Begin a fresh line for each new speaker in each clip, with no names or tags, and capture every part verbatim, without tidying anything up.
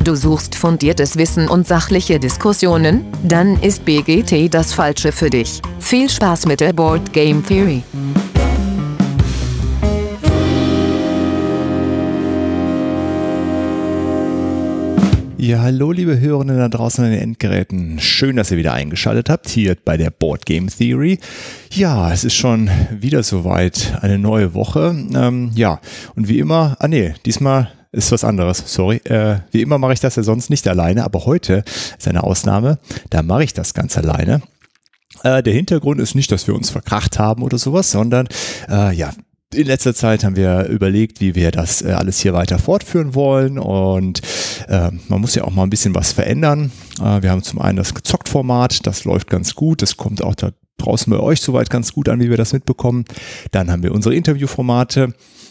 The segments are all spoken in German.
Du suchst fundiertes Wissen und sachliche Diskussionen? Dann ist B G T das Falsche für dich. Viel Spaß mit der Board Game Theory.
Ja, hallo liebe Hörerinnen da draußen an den Endgeräten. Schön, dass ihr wieder eingeschaltet habt hier bei der Board Game Theory. Ja, es ist schon wieder soweit, eine neue Woche. Ähm, ja, und wie immer, ah nee, diesmal ist was anderes, sorry. Äh, wie immer mache ich das ja sonst nicht alleine, aber heute ist eine Ausnahme, da mache ich das ganz alleine. Äh, der Hintergrund ist nicht, dass wir uns verkracht haben oder sowas, sondern äh, ja, in letzter Zeit haben wir überlegt, wie wir das äh, alles hier weiter fortführen wollen und äh, man muss ja auch mal ein bisschen was verändern. Äh, wir haben zum einen das Gezockt-Format, das läuft ganz gut, das kommt auch da draußen bei euch soweit ganz gut an, wie wir das mitbekommen. Dann haben wir unsere Interviewformate.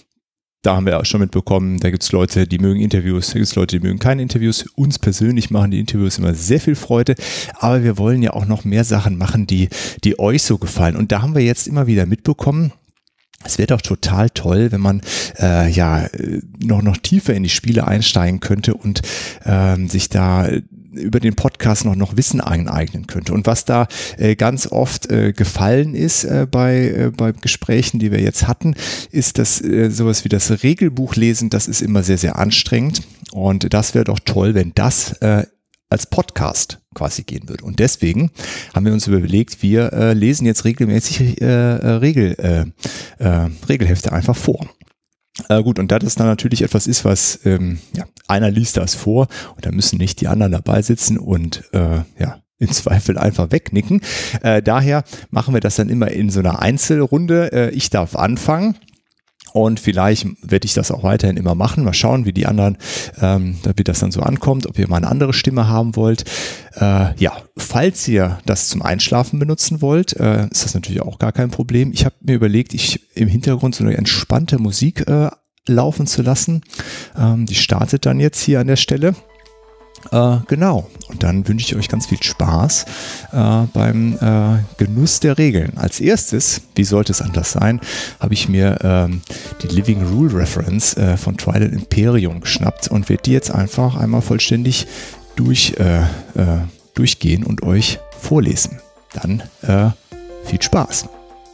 Da haben wir auch schon mitbekommen, da gibt es Leute, die mögen Interviews, da gibt es Leute, die mögen keine Interviews. Uns persönlich machen die Interviews immer sehr viel Freude, aber wir wollen ja auch noch mehr Sachen machen, die, die euch so gefallen. Und da haben wir jetzt immer wieder mitbekommen, es wäre doch total toll, wenn man äh, ja noch, noch tiefer in die Spiele einsteigen könnte und ähm, sich da über den Podcast noch, noch Wissen aneignen könnte. Und was da äh, ganz oft äh, gefallen ist äh, bei, äh, bei Gesprächen, die wir jetzt hatten, ist, dass äh, sowas wie das Regelbuch lesen, das ist immer sehr, sehr anstrengend. Und das wäre doch toll, wenn das äh, als Podcast quasi gehen würde. Und deswegen haben wir uns überlegt, wir äh, lesen jetzt regelmäßig äh, Regel, äh, äh, Regelhefte einfach vor. Äh, gut, und da das dann natürlich etwas ist, was ähm, ja, einer liest das vor und da müssen nicht die anderen dabei sitzen und äh, ja, im Zweifel einfach wegnicken. Äh, daher machen wir das dann immer in so einer Einzelrunde. Äh, ich darf anfangen. Und vielleicht werde ich das auch weiterhin immer machen. Mal schauen, wie die anderen, ähm, wie das dann so ankommt, ob ihr mal eine andere Stimme haben wollt. Äh, ja, falls ihr das zum Einschlafen benutzen wollt, äh, ist das natürlich auch gar kein Problem. Ich habe mir überlegt, ich im Hintergrund so eine entspannte Musik äh, laufen zu lassen. Ähm, die startet dann jetzt hier an der Stelle. Äh, genau, und dann wünsche ich euch ganz viel Spaß äh, beim äh, Genuss der Regeln. Als erstes, wie sollte es anders sein, habe ich mir ähm, die Living Rule Reference äh, von Twilight Imperium geschnappt und werde die jetzt einfach einmal vollständig durch, äh, äh, durchgehen und euch vorlesen. Dann äh, viel Spaß.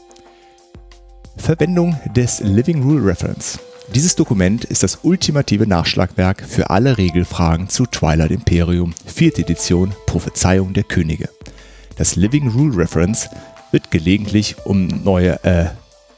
Verwendung des Living Rule Reference. Dieses Dokument ist das ultimative Nachschlagwerk für alle Regelfragen zu Twilight Imperium, vierte Edition, Prophezeiung der Könige. Das Living Rule Reference wird gelegentlich um neue äh,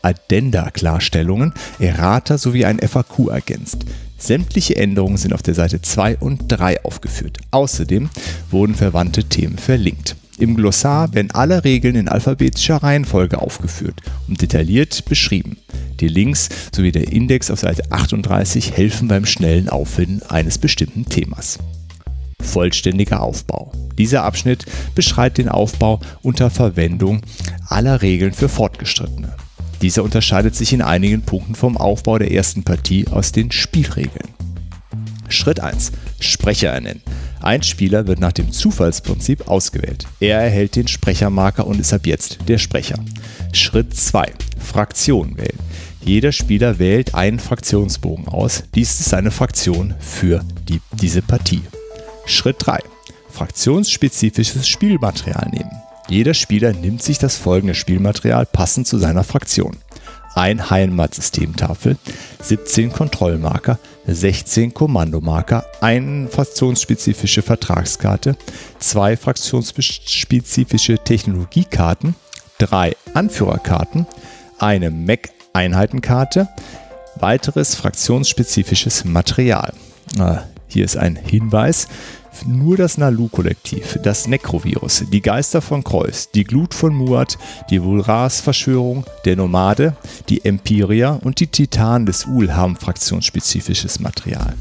Addenda-Klarstellungen, Errata sowie ein F A Q ergänzt. Sämtliche Änderungen sind auf der Seite zwei und drei aufgeführt. Außerdem wurden verwandte Themen verlinkt. Im Glossar werden alle Regeln in alphabetischer Reihenfolge aufgeführt und detailliert beschrieben. Die Links sowie der Index auf Seite achtunddreißig helfen beim schnellen Auffinden eines bestimmten Themas. Vollständiger Aufbau. Dieser Abschnitt beschreibt den Aufbau unter Verwendung aller Regeln für Fortgeschrittene. Dieser unterscheidet sich in einigen Punkten vom Aufbau der ersten Partie aus den Spielregeln. Schritt eins. Sprecher ernennen. Ein Spieler wird nach dem Zufallsprinzip ausgewählt. Er erhält den Sprechermarker und ist ab jetzt der Sprecher. Schritt zwei. Fraktion wählen. Jeder Spieler wählt einen Fraktionsbogen aus. Dies ist eine Fraktion für die, diese Partie. Schritt drei. Fraktionsspezifisches Spielmaterial nehmen. Jeder Spieler nimmt sich das folgende Spielmaterial passend zu seiner Fraktion. Ein Heimatsystemtafel, siebzehn Kontrollmarker, sechzehn Kommandomarker, eine fraktionsspezifische Vertragskarte, zwei fraktionsspezifische Technologiekarten, drei Anführerkarten, eine Mech-Einheitenkarte, weiteres fraktionsspezifisches Material. Äh, hier ist ein Hinweis. Nur das Nalu-Kollektiv, das Necrovirus, die Geister von Kreuz, die Glut von Muad, die Vulras-Verschwörung, der Nomade, die Empiria und die Titanen des Ul haben fraktionsspezifisches Material.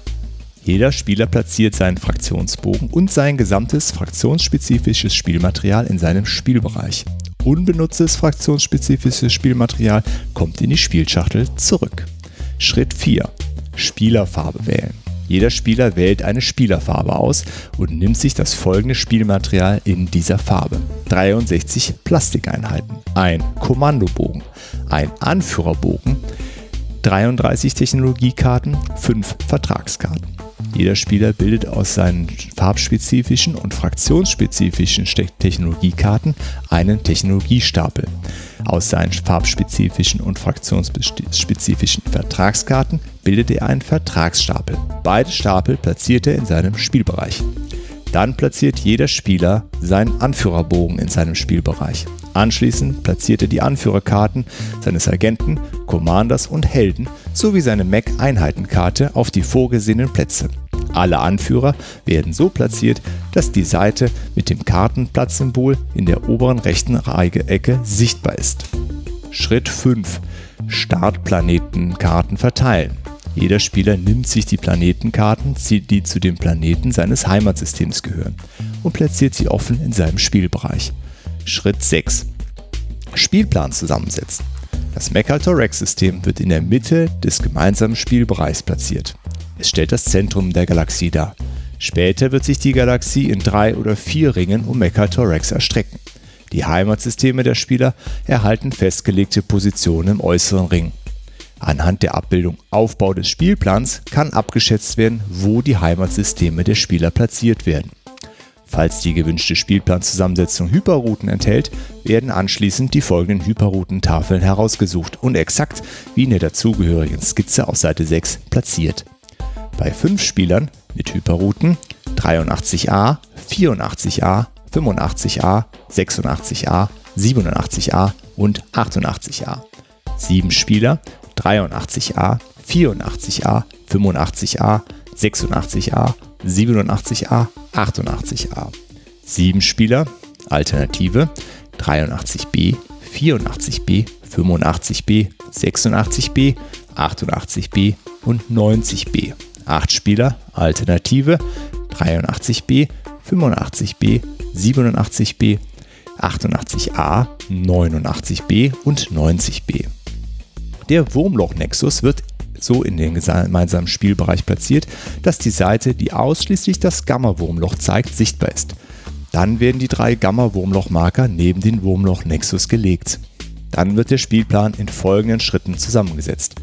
Jeder Spieler platziert seinen Fraktionsbogen und sein gesamtes fraktionsspezifisches Spielmaterial in seinem Spielbereich. Unbenutztes fraktionsspezifisches Spielmaterial kommt in die Spielschachtel zurück. Schritt vier. Spielerfarbe wählen. Jeder Spieler wählt eine Spielerfarbe aus und nimmt sich das folgende Spielmaterial in dieser Farbe. dreiundsechzig Plastikeinheiten, ein Kommandobogen, ein Anführerbogen, dreiunddreißig Technologiekarten, fünf Vertragskarten. Jeder Spieler bildet aus seinen farbspezifischen und fraktionsspezifischen Technologiekarten einen Technologiestapel. Aus seinen farbspezifischen und fraktionsspezifischen Vertragskarten bildet er einen Vertragsstapel. Beide Stapel platziert er in seinem Spielbereich. Dann platziert jeder Spieler seinen Anführerbogen in seinem Spielbereich. Anschließend platziert er die Anführerkarten seines Agenten, Commanders und Helden sowie seine Mech-Einheitenkarte auf die vorgesehenen Plätze. Alle Anführer werden so platziert, dass die Seite mit dem Kartenplatzsymbol in der oberen rechten Ecke sichtbar ist. Schritt fünf. Startplanetenkarten verteilen. Jeder Spieler nimmt sich die Planetenkarten, die zu dem Planeten seines Heimatsystems gehören, und platziert sie offen in seinem Spielbereich. Schritt sechs. Spielplan zusammensetzen. Das Mekkator Rex-System wird in der Mitte des gemeinsamen Spielbereichs platziert. Es stellt das Zentrum der Galaxie dar. Später wird sich die Galaxie in drei oder vier Ringen um Mekkator Rex erstrecken. Die Heimatsysteme der Spieler erhalten festgelegte Positionen im äußeren Ring. Anhand der Abbildung Aufbau des Spielplans kann abgeschätzt werden, wo die Heimatsysteme der Spieler platziert werden. Falls die gewünschte Spielplanzusammensetzung Hyperrouten enthält, werden anschließend die folgenden Hyperroutentafeln herausgesucht und exakt wie in der dazugehörigen Skizze auf Seite sechs platziert. Bei fünf Spielern mit Hyperrouten dreiundachtzig a, vierundachtzig a, fünfundachtzig a, sechsundachtzig a, siebenundachtzig a und achtundachtzig a. sieben Spieler dreiundachtzig a, vierundachtzig a, fünfundachtzig a, sechsundachtzig a, siebenundachtzig a, achtundachtzig a. sieben Spieler, Alternative dreiundachtzig b, vierundachtzig b, fünfundachtzig b, sechsundachtzig b, achtundachtzig b und neunzig b. acht Spieler, Alternative dreiundachtzig b, fünfundachtzig b, siebenundachtzig b, achtundachtzig a, neunundachtzig b und neunzig b. Der Wurmloch-Nexus wird so in den gemeinsamen Spielbereich platziert, dass die Seite, die ausschließlich das Gamma-Wurmloch zeigt, sichtbar ist. Dann werden die drei Gamma-Wurmloch-Marker neben den Wurmloch-Nexus gelegt. Dann wird der Spielplan in folgenden Schritten zusammengesetzt.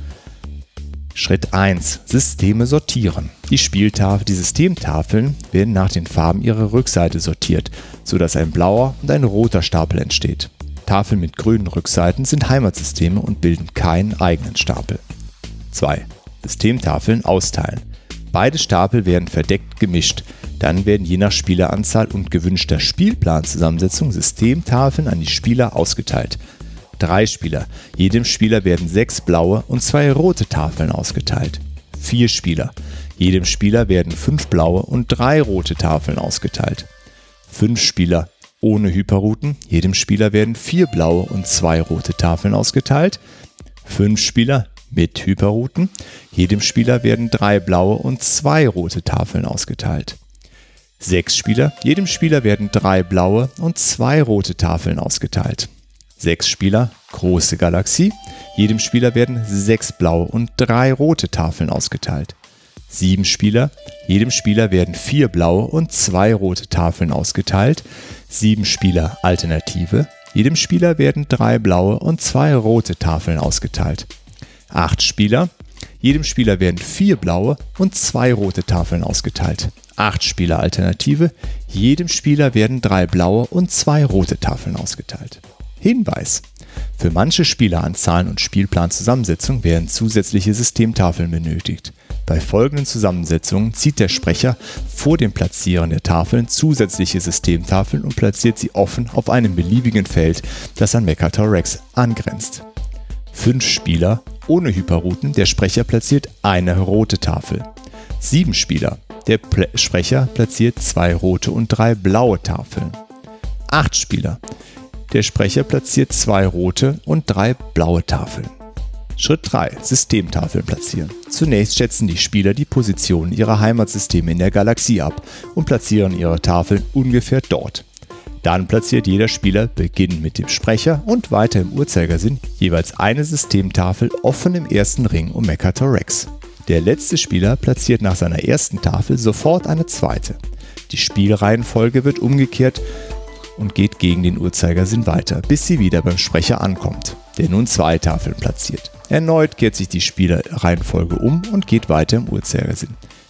Schritt eins. Systeme sortieren. Die Spieltafel, die Systemtafeln werden nach den Farben ihrer Rückseite sortiert, sodass ein blauer und ein roter Stapel entsteht. Tafeln mit grünen Rückseiten sind Heimatsysteme und bilden keinen eigenen Stapel. zwei. Systemtafeln austeilen. Beide Stapel werden verdeckt gemischt. Dann werden je nach Spieleranzahl und gewünschter Spielplanzusammensetzung Systemtafeln an die Spieler ausgeteilt. Drei Spieler. Jedem Spieler werden sechs blaue und zwei rote Tafeln ausgeteilt. Vier Spieler. Jedem Spieler werden fünf blaue und drei rote Tafeln ausgeteilt. Fünf Spieler. Ohne Hyperrouten. Jedem Spieler werden vier blaue und zwei rote Tafeln ausgeteilt. Fünf Spieler mit Hyperrouten. Jedem Spieler werden drei blaue und zwei rote Tafeln ausgeteilt. Sechs Spieler. Jedem Spieler werden drei blaue und zwei rote Tafeln ausgeteilt. Sechs Spieler, große Galaxie. Jedem Spieler werden sechs blaue und drei rote Tafeln ausgeteilt. Sieben Spieler. Jedem Spieler werden vier blaue und zwei rote Tafeln ausgeteilt. Sieben Spieler, Alternative. Jedem Spieler werden drei blaue und zwei rote Tafeln ausgeteilt. Acht Spieler. Jedem Spieler werden vier blaue und zwei rote Tafeln ausgeteilt. Acht Spieler, Alternative. Jedem Spieler werden drei blaue und zwei rote Tafeln ausgeteilt. Hinweis: Für manche Spieleranzahlen und Spielplanzusammensetzung werden zusätzliche Systemtafeln benötigt. Bei folgenden Zusammensetzungen zieht der Sprecher vor dem Platzieren der Tafeln zusätzliche Systemtafeln und platziert sie offen auf einem beliebigen Feld, das an Mekkator Rex angrenzt. Fünf Spieler ohne Hyperrouten, der Sprecher platziert eine rote Tafel. Sieben Spieler, der Pl- Sprecher platziert zwei rote und drei blaue Tafeln. Acht Spieler, der Sprecher platziert zwei rote und drei blaue Tafeln. Schritt drei. Systemtafeln platzieren. Zunächst schätzen die Spieler die Positionen ihrer Heimatsysteme in der Galaxie ab und platzieren ihre Tafeln ungefähr dort. Dann platziert jeder Spieler, beginnend mit dem Sprecher und weiter im Uhrzeigersinn, jeweils eine Systemtafel offen im ersten Ring um Mekkator Rex. Der letzte Spieler platziert nach seiner ersten Tafel sofort eine zweite. Die Spielreihenfolge wird umgekehrt und geht gegen den Uhrzeigersinn weiter, bis sie wieder beim Sprecher ankommt, der nun zwei Tafeln platziert. Erneut kehrt sich die Spielreihenfolge um und geht weiter im Uhrzeigersinn.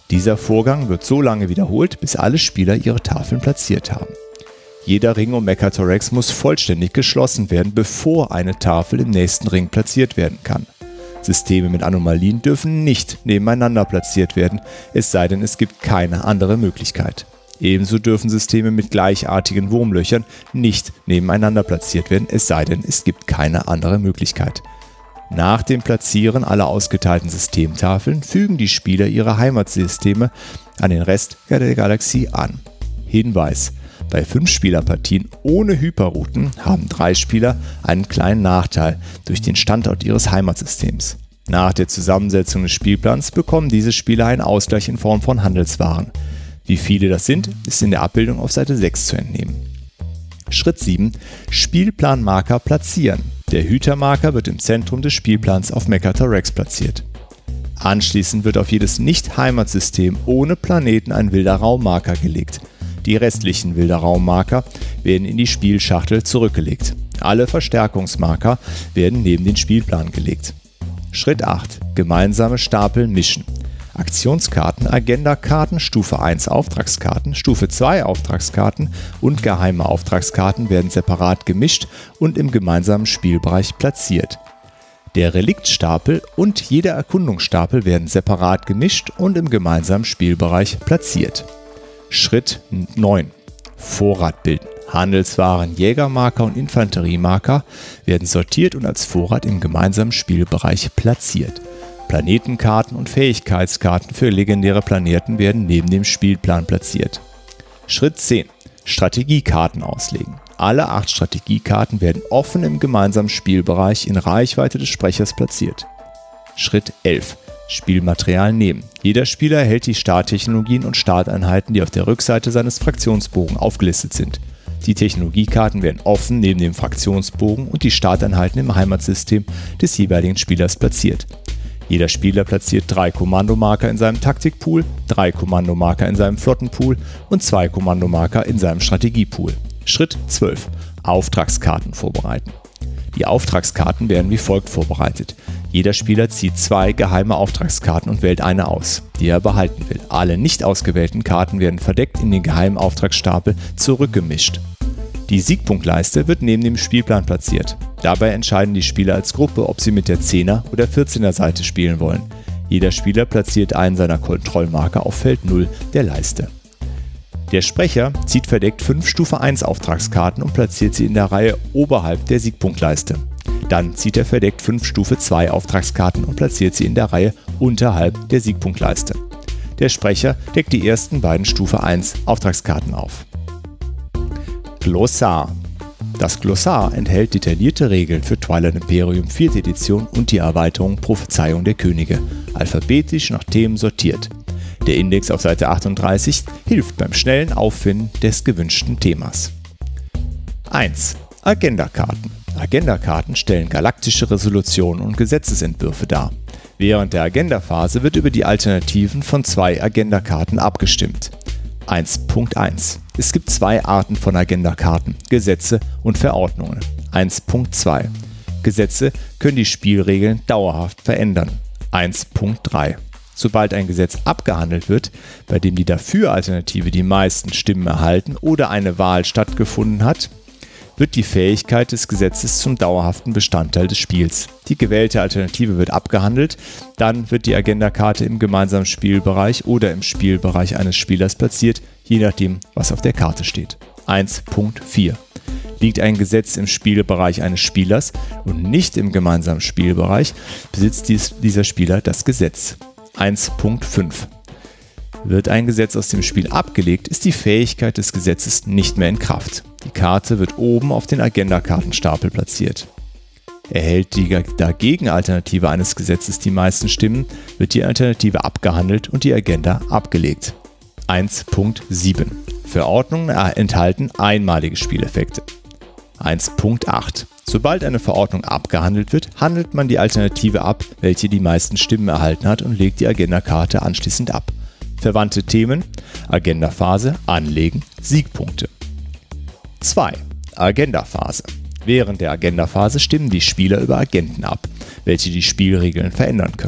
Dieser Vorgang wird so lange wiederholt, bis alle Spieler ihre Tafeln platziert haben. Jeder Ring um Mechatorex muss vollständig geschlossen werden, bevor eine Tafel im nächsten Ring platziert werden kann. Systeme mit Anomalien dürfen nicht nebeneinander platziert werden, es sei denn, es gibt keine andere Möglichkeit. Ebenso dürfen Systeme mit gleichartigen Wurmlöchern nicht nebeneinander platziert werden, es sei denn, es gibt keine andere Möglichkeit. Nach dem Platzieren aller ausgeteilten Systemtafeln fügen die Spieler ihre Heimatsysteme an den Rest der Galaxie an. Hinweis: Bei fünf Spielerpartien ohne Hyperrouten haben drei Spieler einen kleinen Nachteil durch den Standort ihres Heimatsystems. Nach der Zusammensetzung des Spielplans bekommen diese Spieler einen Ausgleich in Form von Handelswaren. Wie viele das sind, ist in der Abbildung auf Seite sechs zu entnehmen. Schritt sieben. Spielplanmarker platzieren. Der Hütermarker wird im Zentrum des Spielplans auf Mechatorex platziert. Anschließend wird auf jedes Nicht-Heimatsystem ohne Planeten ein wilder Raummarker gelegt. Die restlichen wilder Raummarker werden in die Spielschachtel zurückgelegt. Alle Verstärkungsmarker werden neben den Spielplan gelegt. Schritt acht. Gemeinsame Stapel mischen. Aktionskarten, Agendakarten, Stufe eins Auftragskarten, Stufe zwei Auftragskarten und geheime Auftragskarten werden separat gemischt und im gemeinsamen Spielbereich platziert. Der Reliktstapel und jeder Erkundungsstapel werden separat gemischt und im gemeinsamen Spielbereich platziert. Schritt neun. Vorrat bilden. Handelswaren, Jägermarker und Infanteriemarker werden sortiert und als Vorrat im gemeinsamen Spielbereich platziert. Planetenkarten und Fähigkeitskarten für legendäre Planeten werden neben dem Spielplan platziert. Schritt zehn. Strategiekarten auslegen. Alle acht Strategiekarten werden offen im gemeinsamen Spielbereich in Reichweite des Sprechers platziert. Schritt elf. Spielmaterial nehmen. Jeder Spieler erhält die Starttechnologien und Starteinheiten, die auf der Rückseite seines Fraktionsbogen aufgelistet sind. Die Technologiekarten werden offen neben dem Fraktionsbogen und die Starteinheiten im Heimatsystem des jeweiligen Spielers platziert. Jeder Spieler platziert drei Kommandomarker in seinem Taktikpool, drei Kommandomarker in seinem Flottenpool und zwei Kommandomarker in seinem Strategiepool. Schritt zwölf. Auftragskarten vorbereiten. Die Auftragskarten werden wie folgt vorbereitet. Jeder Spieler zieht zwei geheime Auftragskarten und wählt eine aus, die er behalten will. Alle nicht ausgewählten Karten werden verdeckt in den geheimen Auftragsstapel zurückgemischt. Die Siegpunktleiste wird neben dem Spielplan platziert. Dabei entscheiden die Spieler als Gruppe, ob sie mit der zehner oder vierzehner Seite spielen wollen. Jeder Spieler platziert einen seiner Kontrollmarker auf Feld null der Leiste. Der Sprecher zieht verdeckt fünf Stufe eins Auftragskarten und platziert sie in der Reihe oberhalb der Siegpunktleiste. Dann zieht er verdeckt fünf Stufe zwei Auftragskarten und platziert sie in der Reihe unterhalb der Siegpunktleiste. Der Sprecher deckt die ersten beiden Stufe eins Auftragskarten auf. Glossar. Das Glossar enthält detaillierte Regeln für Twilight Imperium vierte Edition und die Erweiterung Prophezeiung der Könige, alphabetisch nach Themen sortiert. Der Index auf Seite achtunddreißig hilft beim schnellen Auffinden des gewünschten Themas. eins. Agendakarten. Agendakarten stellen galaktische Resolutionen und Gesetzesentwürfe dar. Während der Agendaphase wird über die Alternativen von zwei Agendakarten abgestimmt. eins Punkt eins. Es gibt zwei Arten von Agendakarten, Gesetze und Verordnungen. eins Punkt zwei. Gesetze können die Spielregeln dauerhaft verändern. eins Punkt drei. Sobald ein Gesetz abgehandelt wird, bei dem die Dafür-Alternative die meisten Stimmen erhalten oder eine Wahl stattgefunden hat, wird die Fähigkeit des Gesetzes zum dauerhaften Bestandteil des Spiels. Die gewählte Alternative wird abgehandelt, dann wird die Agendakarte im gemeinsamen Spielbereich oder im Spielbereich eines Spielers platziert, je nachdem, was auf der Karte steht. eins Punkt vier. Liegt ein Gesetz im Spielbereich eines Spielers und nicht im gemeinsamen Spielbereich, besitzt dies, dieser Spieler das Gesetz. eins Punkt fünf. Wird ein Gesetz aus dem Spiel abgelegt, ist die Fähigkeit des Gesetzes nicht mehr in Kraft. Die Karte wird oben auf den Agendakartenstapel platziert. Erhält die Dagegen-Alternative eines Gesetzes die meisten Stimmen, wird die Alternative abgehandelt und die Agenda abgelegt. eins Punkt sieben. Verordnungen enthalten einmalige Spieleffekte. eins Punkt acht. Sobald eine Verordnung abgehandelt wird, handelt man die Alternative ab, welche die meisten Stimmen erhalten hat und legt die Agendakarte anschließend ab. Verwandte Themen: Agendaphase, Anlegen, Siegpunkte. zwei. Agendaphase. Während der Agendaphase stimmen die Spieler über Agenten ab, welche die Spielregeln verändern können.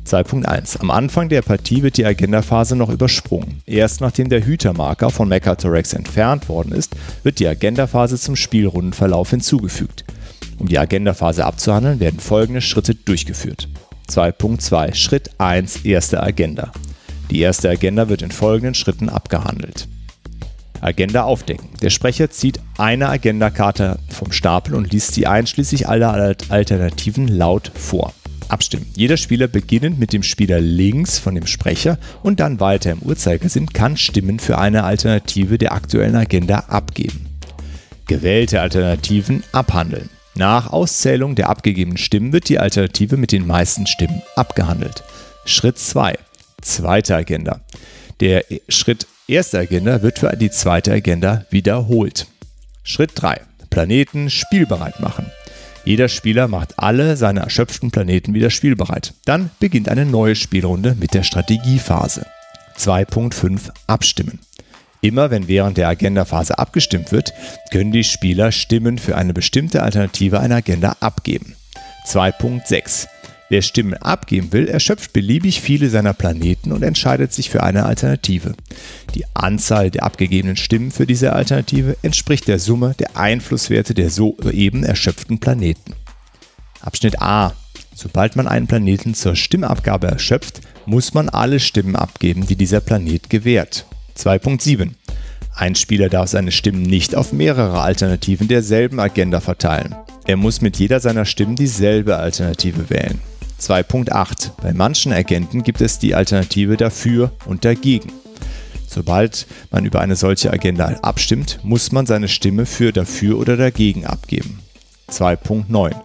zwei Punkt eins. Am Anfang der Partie wird die Agendaphase noch übersprungen. Erst nachdem der Hütermarker von Mechatorax entfernt worden ist, wird die Agendaphase zum Spielrundenverlauf hinzugefügt. Um die Agendaphase abzuhandeln, werden folgende Schritte durchgeführt. zwei Punkt zwei. Schritt eins. Erste Agenda. Die erste Agenda wird in folgenden Schritten abgehandelt. Agenda aufdecken. Der Sprecher zieht eine Agendakarte vom Stapel und liest sie einschließlich aller Alternativen laut vor. Abstimmen. Jeder Spieler beginnend mit dem Spieler links von dem Sprecher und dann weiter im Uhrzeigersinn kann Stimmen für eine Alternative der aktuellen Agenda abgeben. Gewählte Alternativen abhandeln. Nach Auszählung der abgegebenen Stimmen wird die Alternative mit den meisten Stimmen abgehandelt. Schritt zwei. Zweite Agenda. Der Schritt erste Agenda wird für die zweite Agenda wiederholt. Schritt drei. Planeten spielbereit machen. Jeder Spieler macht alle seine erschöpften Planeten wieder spielbereit. Dann beginnt eine neue Spielrunde mit der Strategiephase. zwei Punkt fünf. Abstimmen. Immer wenn während der Agendaphase abgestimmt wird, können die Spieler Stimmen für eine bestimmte Alternative einer Agenda abgeben. zwei Punkt sechs. Wer Stimmen abgeben will, erschöpft beliebig viele seiner Planeten und entscheidet sich für eine Alternative. Die Anzahl der abgegebenen Stimmen für diese Alternative entspricht der Summe der Einflusswerte der soeben erschöpften Planeten. Abschnitt A. Sobald man einen Planeten zur Stimmabgabe erschöpft, muss man alle Stimmen abgeben, die dieser Planet gewährt. zwei Punkt sieben. Ein Spieler darf seine Stimmen nicht auf mehrere Alternativen derselben Agenda verteilen. Er muss mit jeder seiner Stimmen dieselbe Alternative wählen. zwei Punkt acht. Bei manchen Agenten gibt es die Alternative dafür und dagegen. Sobald man über eine solche Agenda abstimmt, muss man seine Stimme für dafür oder dagegen abgeben. zwei Punkt neun.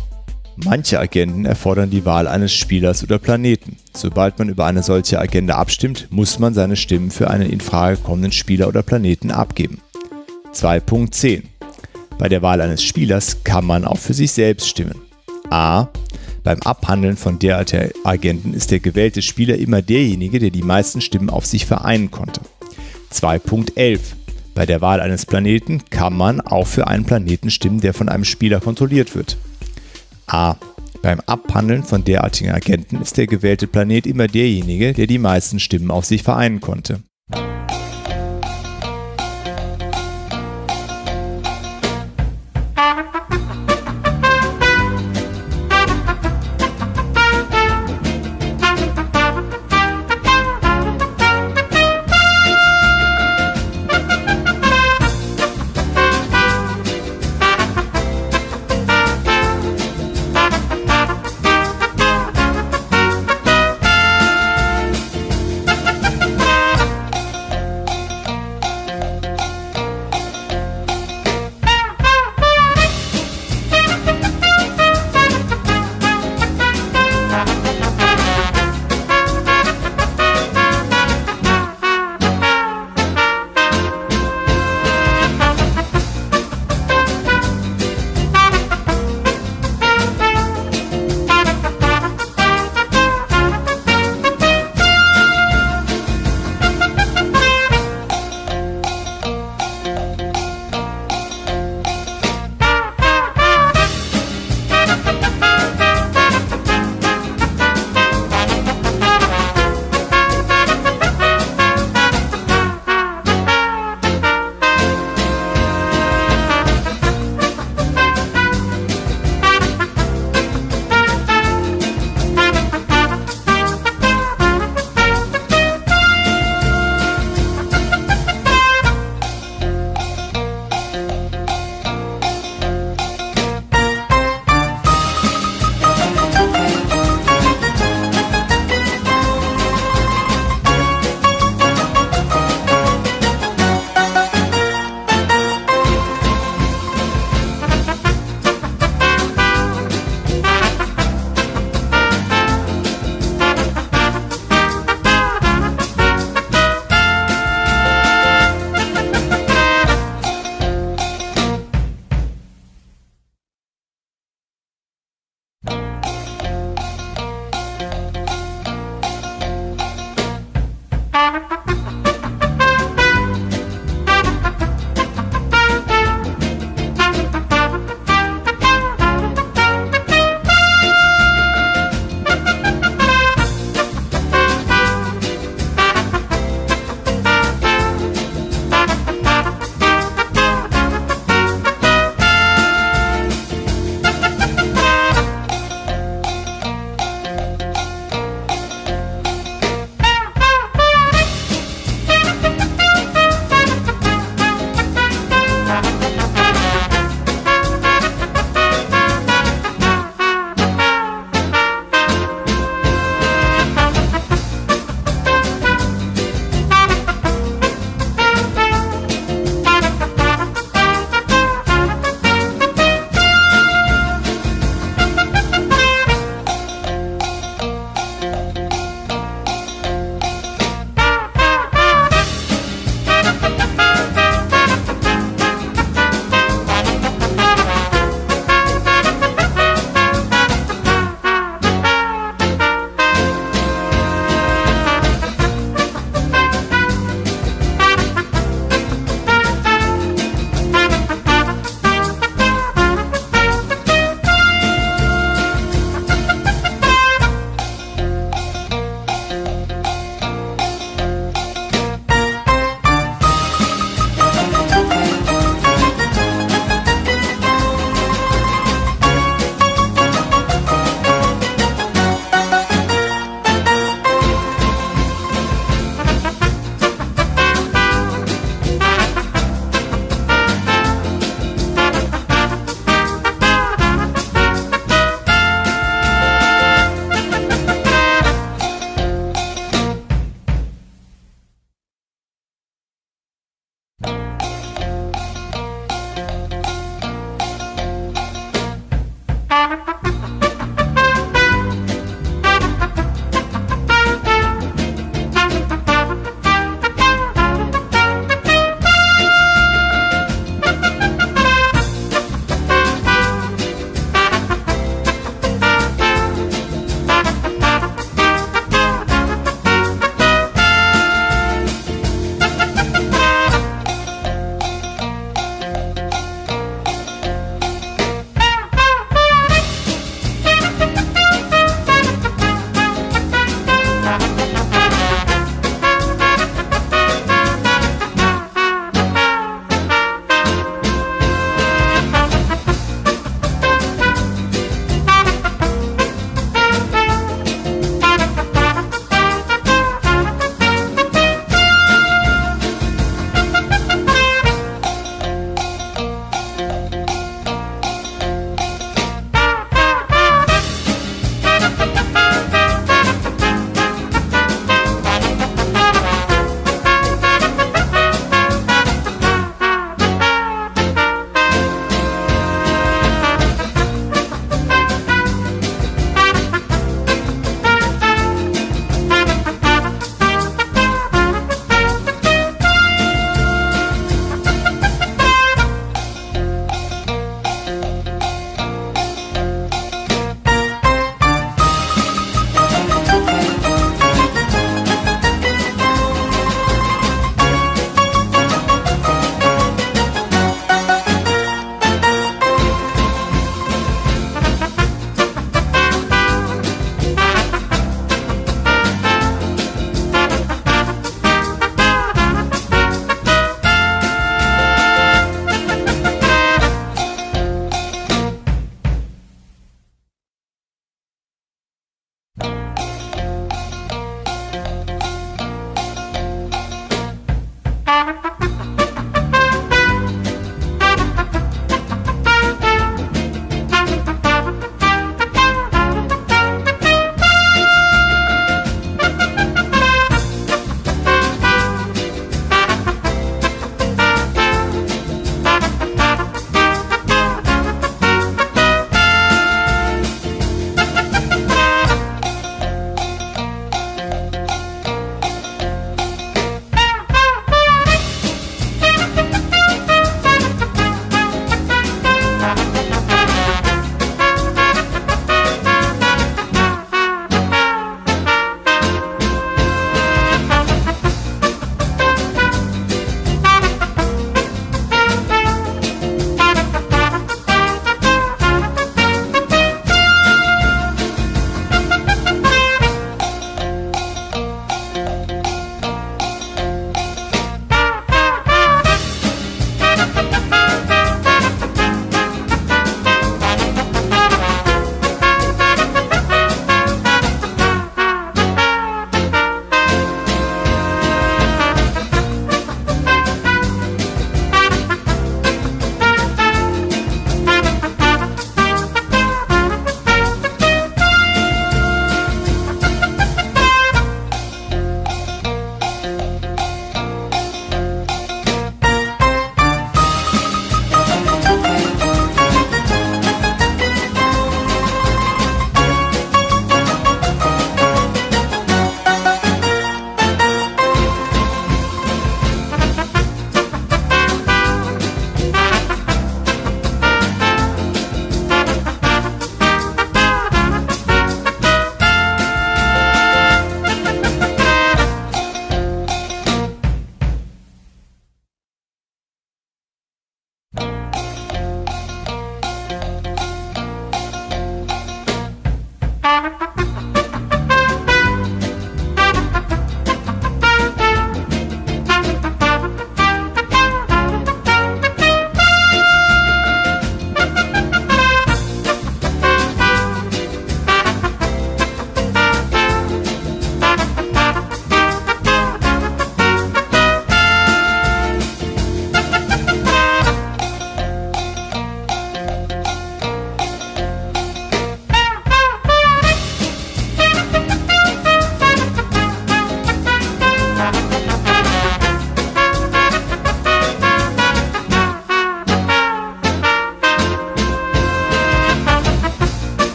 Manche Agenden erfordern die Wahl eines Spielers oder Planeten. Sobald man über eine solche Agenda abstimmt, muss man seine Stimmen für einen in Frage kommenden Spieler oder Planeten abgeben. zwei Punkt zehn. Bei der Wahl eines Spielers kann man auch für sich selbst stimmen. A. Beim Abhandeln von derartigen Agenten ist der gewählte Spieler immer derjenige, der die meisten Stimmen auf sich vereinen konnte. zwei Punkt elf. Bei der Wahl eines Planeten kann man auch für einen Planeten stimmen, der von einem Spieler kontrolliert wird. A. Beim Abhandeln von derartigen Agenten ist der gewählte Planet immer derjenige, der die meisten Stimmen auf sich vereinen konnte.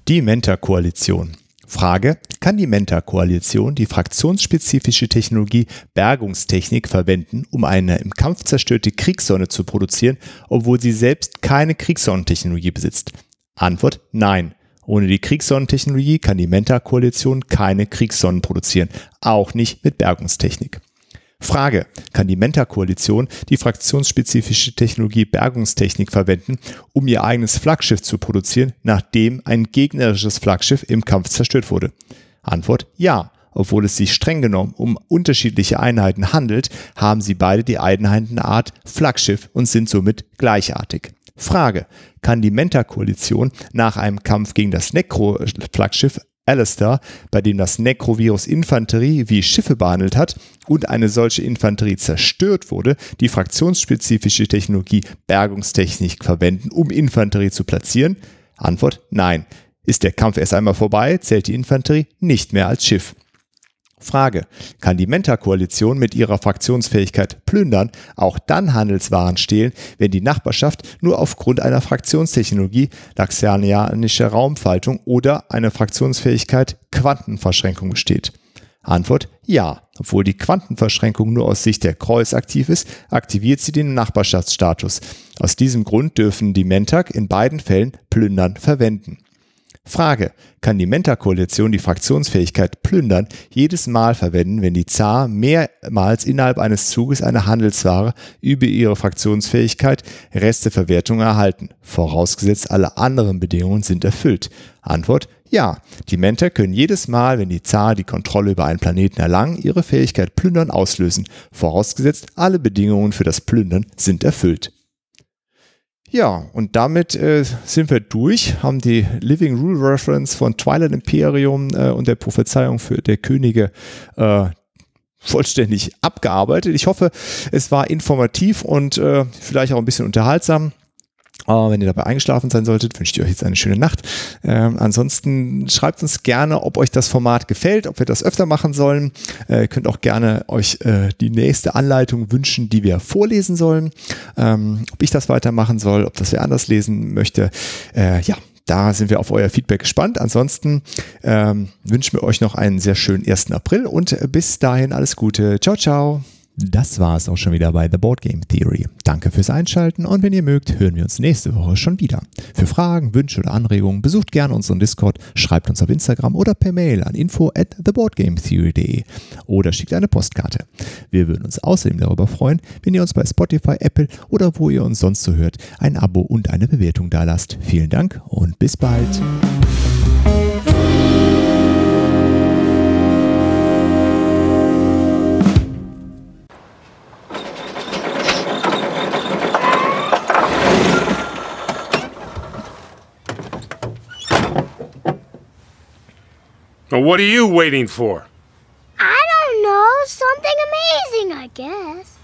Die Mentor-Koalition. Frage: Kann die Mentor-Koalition die fraktionsspezifische Technologie Bergungstechnik verwenden, um eine im Kampf zerstörte Kriegssonne zu produzieren, obwohl sie selbst keine Kriegssonnentechnologie besitzt? Antwort: Nein. Ohne die Kriegssonnentechnologie kann die Mentor-Koalition keine Kriegssonnen produzieren, auch nicht mit Bergungstechnik. Frage: Kann die Mentor-Koalition die fraktionsspezifische Technologie Bergungstechnik verwenden, um ihr eigenes Flaggschiff zu produzieren, nachdem ein gegnerisches Flaggschiff im Kampf zerstört wurde? Antwort: Ja. Obwohl es sich streng genommen um unterschiedliche Einheiten handelt, haben sie beide die Einheitenart Flaggschiff und sind somit gleichartig. Frage: Kann die Mentor-Koalition nach einem Kampf gegen das Necro-Flaggschiff Alistair, bei dem das Necrovirus Infanterie wie Schiffe behandelt hat und eine solche Infanterie zerstört wurde, die fraktionsspezifische Technologie Bergungstechnik verwenden, um Infanterie zu platzieren? Antwort: Nein. Ist der Kampf erst einmal vorbei, zählt die Infanterie nicht mehr als Schiff. Frage: Kann die Mentor-Koalition mit ihrer Fraktionsfähigkeit Plündern auch dann Handelswaren stehlen, wenn die Nachbarschaft nur aufgrund einer Fraktionstechnologie, Laxianische Raumfaltung oder einer Fraktionsfähigkeit Quantenverschränkung besteht? Antwort: Ja. Obwohl die Quantenverschränkung nur aus Sicht der Kreuz aktiv ist, aktiviert sie den Nachbarschaftsstatus. Aus diesem Grund dürfen die Mentak in beiden Fällen Plündern verwenden. Frage: Kann die Mentor-Koalition die Fraktionsfähigkeit Plündern jedes Mal verwenden, wenn die Zar mehrmals innerhalb eines Zuges eine Handelsware über ihre Fraktionsfähigkeit Resteverwertung erhalten, vorausgesetzt alle anderen Bedingungen sind erfüllt? Antwort: Ja. Die Mentor können jedes Mal, wenn die Zar die Kontrolle über einen Planeten erlangen, ihre Fähigkeit Plündern auslösen, vorausgesetzt alle Bedingungen für das Plündern sind erfüllt. Ja, und damit äh, sind wir durch, haben die Living Rule Reference von Twilight Imperium äh, und der Prophezeiung für der Könige äh, vollständig abgearbeitet. Ich hoffe, es war informativ und äh, vielleicht auch ein bisschen unterhaltsam. Uh, wenn ihr dabei eingeschlafen sein solltet, wünsche ich euch jetzt eine schöne Nacht. Ähm, ansonsten schreibt uns gerne, ob euch das Format gefällt, ob wir das öfter machen sollen. Äh, ihr könnt auch gerne euch äh, die nächste Anleitung wünschen, die wir vorlesen sollen. Ähm, ob ich das weitermachen soll, ob das wer anders lesen möchte. Äh, ja, da sind wir auf euer Feedback gespannt. Ansonsten ähm, wünschen wir euch noch einen sehr schönen ersten April und bis dahin alles Gute. Ciao, ciao. Das war es auch schon wieder bei The Board Game Theory. Danke fürs Einschalten und wenn ihr mögt, hören wir uns nächste Woche schon wieder. Für Fragen, Wünsche oder Anregungen besucht gerne unseren Discord, schreibt uns auf Instagram oder per Mail an info at theboardgametheory punkt de oder schickt eine Postkarte. Wir würden uns außerdem darüber freuen, wenn ihr uns bei Spotify, Apple oder wo ihr uns sonst so hört, ein Abo und eine Bewertung dalasst. Vielen Dank und bis bald.
Well, what are you waiting for?
I don't know. Something amazing, I guess.